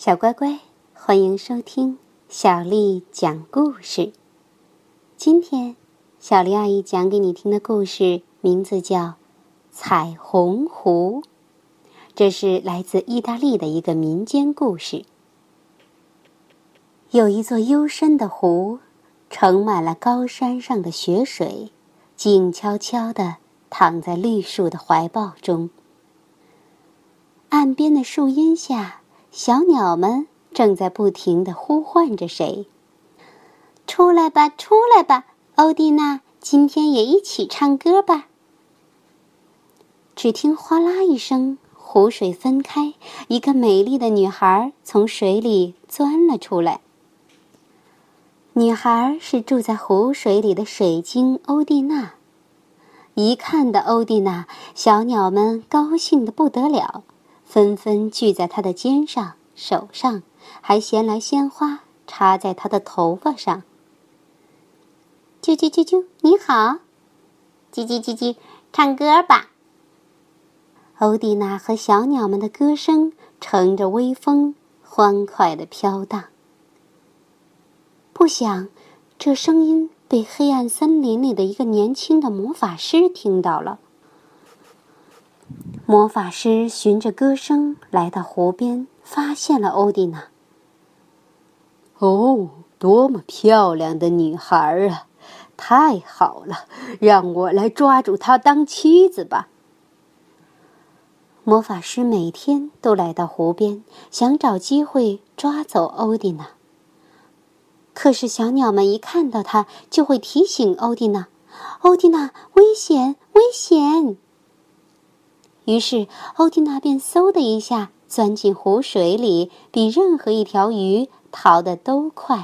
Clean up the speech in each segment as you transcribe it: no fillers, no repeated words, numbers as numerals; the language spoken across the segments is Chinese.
小乖乖，欢迎收听小丽讲故事。今天，小丽阿姨讲给你听的故事名字叫《彩虹湖》，这是来自意大利的一个民间故事。有一座幽深的湖，盛满了高山上的雪水，静悄悄地躺在绿树的怀抱中。岸边的树荫下，小鸟们正在不停地呼唤着谁。出来吧，出来吧，欧蒂娜，今天也一起唱歌吧。只听哗啦一声，湖水分开，一个美丽的女孩从水里钻了出来。女孩是住在湖水里的水晶欧蒂娜。一看到欧蒂娜，小鸟们高兴得不得了，纷纷聚在她的肩上、手上，还衔来鲜花插在她的头发上。啾啾啾啾，你好！叽叽叽叽，唱歌吧！欧蒂娜和小鸟们的歌声乘着微风，欢快地飘荡。不想，这声音被黑暗森林里的一个年轻的魔法师听到了。魔法师循着歌声来到湖边，发现了欧蒂娜。哦，多么漂亮的女孩啊！太好了，让我来抓住她当妻子吧。魔法师每天都来到湖边，想找机会抓走欧蒂娜。可是小鸟们一看到他，就会提醒欧蒂娜：“欧蒂娜，危险，危险！”于是欧蒂娜便嗖的一下钻进湖水里，比任何一条鱼逃得都快。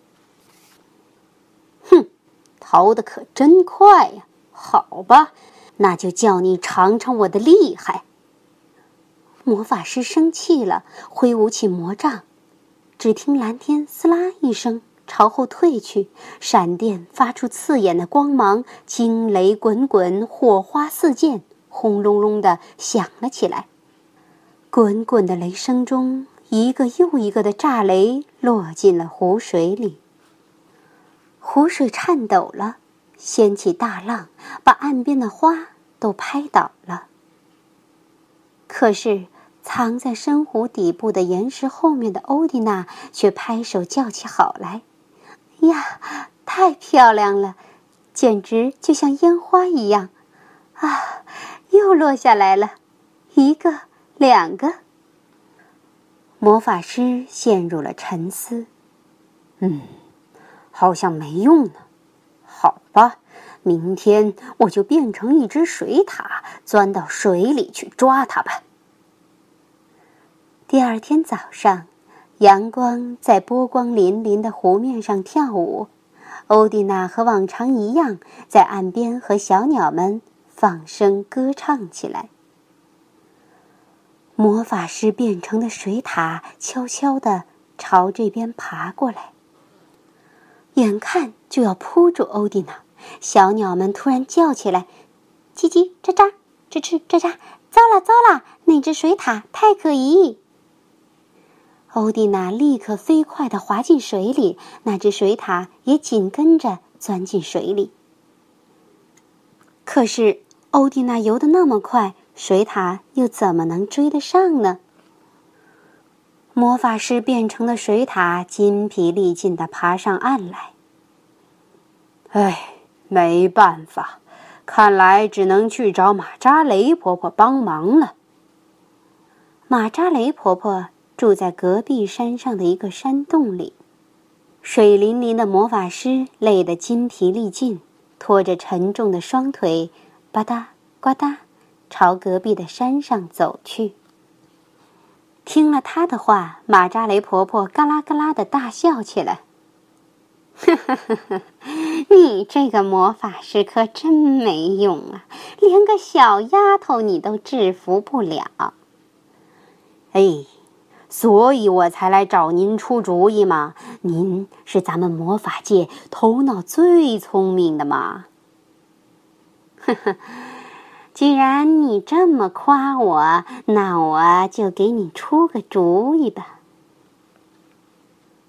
哼，逃得可真快呀！好吧，那就叫你尝尝我的厉害。魔法师生气了，挥舞起魔杖，只听蓝天撕啦一声朝后退去，闪电发出刺眼的光芒，惊雷滚滚，火花四溅，轰隆隆地响了起来。滚滚的雷声中，一个又一个的炸雷落进了湖水里。湖水颤抖了，掀起大浪，把岸边的花都拍倒了。可是藏在深湖底部的岩石后面的欧蒂娜却拍手叫起好来。呀，太漂亮了，简直就像烟花一样！啊，又落下来了，一个，两个。魔法师陷入了沉思。好像没用呢。好吧，明天我就变成一只水獭，钻到水里去抓它吧。第二天早上，阳光在波光粼粼的湖面上跳舞，欧蒂娜和往常一样，在岸边和小鸟们放声歌唱起来。魔法师变成的水獭悄悄地朝这边爬过来，眼看就要扑住欧蒂娜，小鸟们突然叫起来：叽叽喳喳，吱吱喳喳，糟了糟了，那只水獭太可疑！欧蒂娜立刻飞快地滑进水里，那只水獭也紧跟着钻进水里。可是欧蒂娜游得那么快，水獭又怎么能追得上呢？魔法师变成的水獭筋疲力尽地爬上岸来。没办法，看来只能去找马扎雷婆婆帮忙了。马扎雷婆婆住在隔壁山上的一个山洞里。水淋淋的魔法师累得筋疲力尽，拖着沉重的双腿，吧嗒呱嗒，朝隔壁的山上走去。听了他的话，马扎雷婆婆嘎啦嘎啦地大笑起来。你这个魔法师可真没用啊，连个小丫头你都制服不了。所以我才来找您出主意嘛，您是咱们魔法界头脑最聪明的嘛。既然你这么夸我，那我就给你出个主意吧。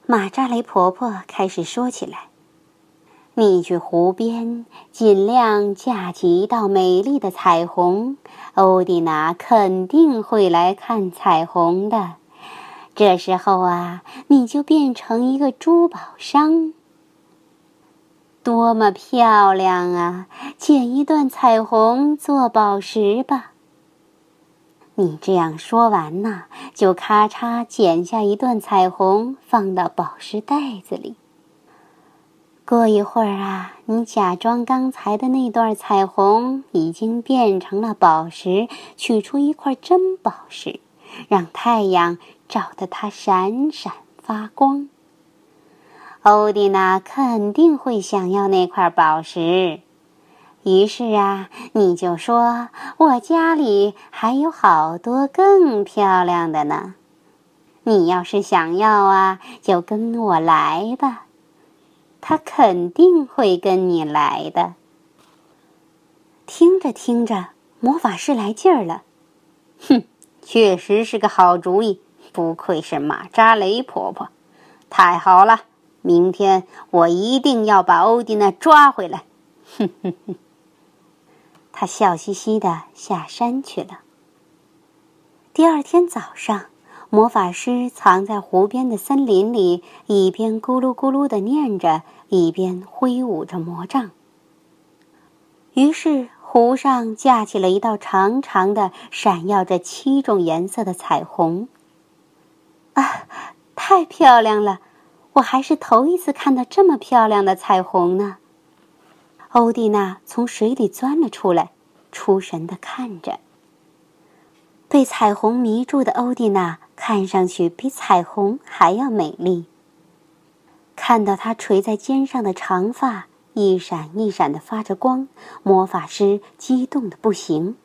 马扎雷婆婆开始说起来：“你去湖边，尽量架起一道美丽的彩虹，欧蒂娜肯定会来看彩虹的。这时候啊，你就变成一个珠宝商。多么漂亮啊！剪一段彩虹做宝石吧。”你这样说完呢，就咔嚓剪下一段彩虹，放到宝石袋子里。过一会儿啊，你假装刚才的那段彩虹已经变成了宝石，取出一块真宝石，让太阳照得它闪闪发光。欧蒂娜肯定会想要那块宝石。于是啊，你就说我家里还有好多更漂亮的呢。你要是想要啊，就跟我来吧。他肯定会跟你来的。听着听着，魔法师来劲儿了。哼，确实是个好主意，不愧是马扎雷婆婆。太好了，明天我一定要把欧蒂娜抓回来。哼哼哼。他笑嘻嘻地下山去了。第二天早上，魔法师藏在湖边的森林里，一边咕噜咕噜地念着，一边挥舞着魔杖。于是湖上架起了一道长长的、闪耀着7种颜色的彩虹。啊，太漂亮了！我还是头一次看到这么漂亮的彩虹呢。欧蒂娜从水里钻了出来，出神地看着。被彩虹迷住的欧蒂娜看上去比彩虹还要美丽。看到她垂在肩上的长发一闪一闪地发着光，魔法师激动得不行。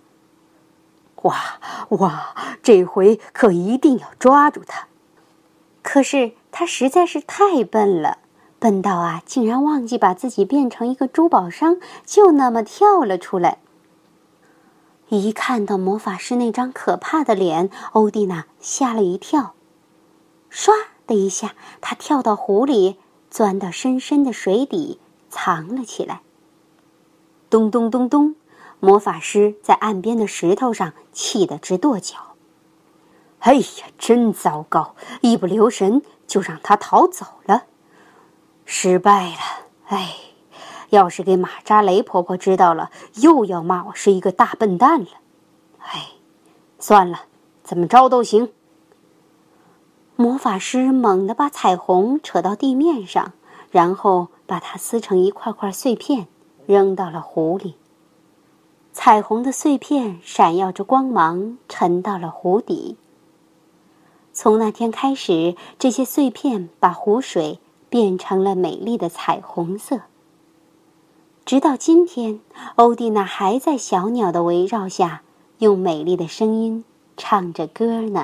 哇，这回可一定要抓住她！可是她实在是太笨了，笨到啊，竟然忘记把自己变成一个珠宝商，就那么跳了出来。一看到魔法师那张可怕的脸，欧蒂娜吓了一跳。唰的一下，她跳到湖里，钻到深深的水底，藏了起来。咚咚咚咚，魔法师在岸边的石头上气得直跺脚。哎呀，真糟糕！一不留神就让他逃走了。失败了，哎，要是给马扎雷婆婆知道了，又要骂我是一个大笨蛋了。哎，算了，怎么着都行。魔法师猛地把彩虹扯到地面上，然后把它撕成一块块碎片，扔到了湖里。彩虹的碎片闪耀着光芒，沉到了湖底。从那天开始，这些碎片把湖水变成了美丽的彩虹色。直到今天，欧蒂娜还在小鸟的围绕下，用美丽的声音唱着歌呢。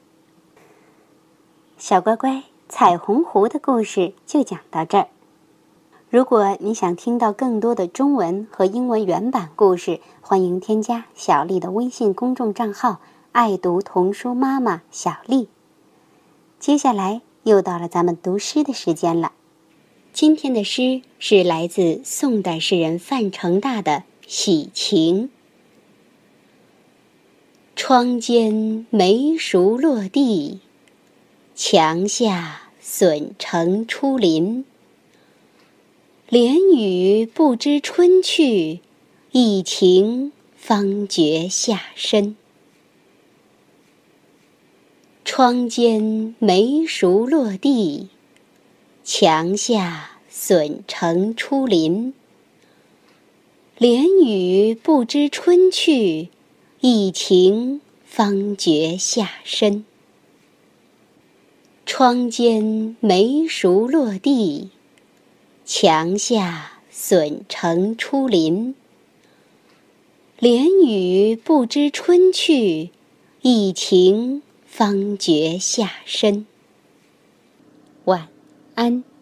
小乖乖，彩虹湖的故事就讲到这儿。如果你想听到更多的中文和英文原版故事，欢迎添加小丽的微信公众账号爱读童书妈妈小丽。接下来又到了咱们读诗的时间了。今天的诗是来自宋代诗人范成大的《喜晴》。窗间梅熟落地，墙下笋成出林。连雨不知春去，一晴方觉夏深。窗间梅熟落地，墙下笋成出林。连雨不知春去，一晴方觉夏深。窗间梅熟落地，墙下笋成出林。连雨不知春去，一晴方觉夏深。晚安。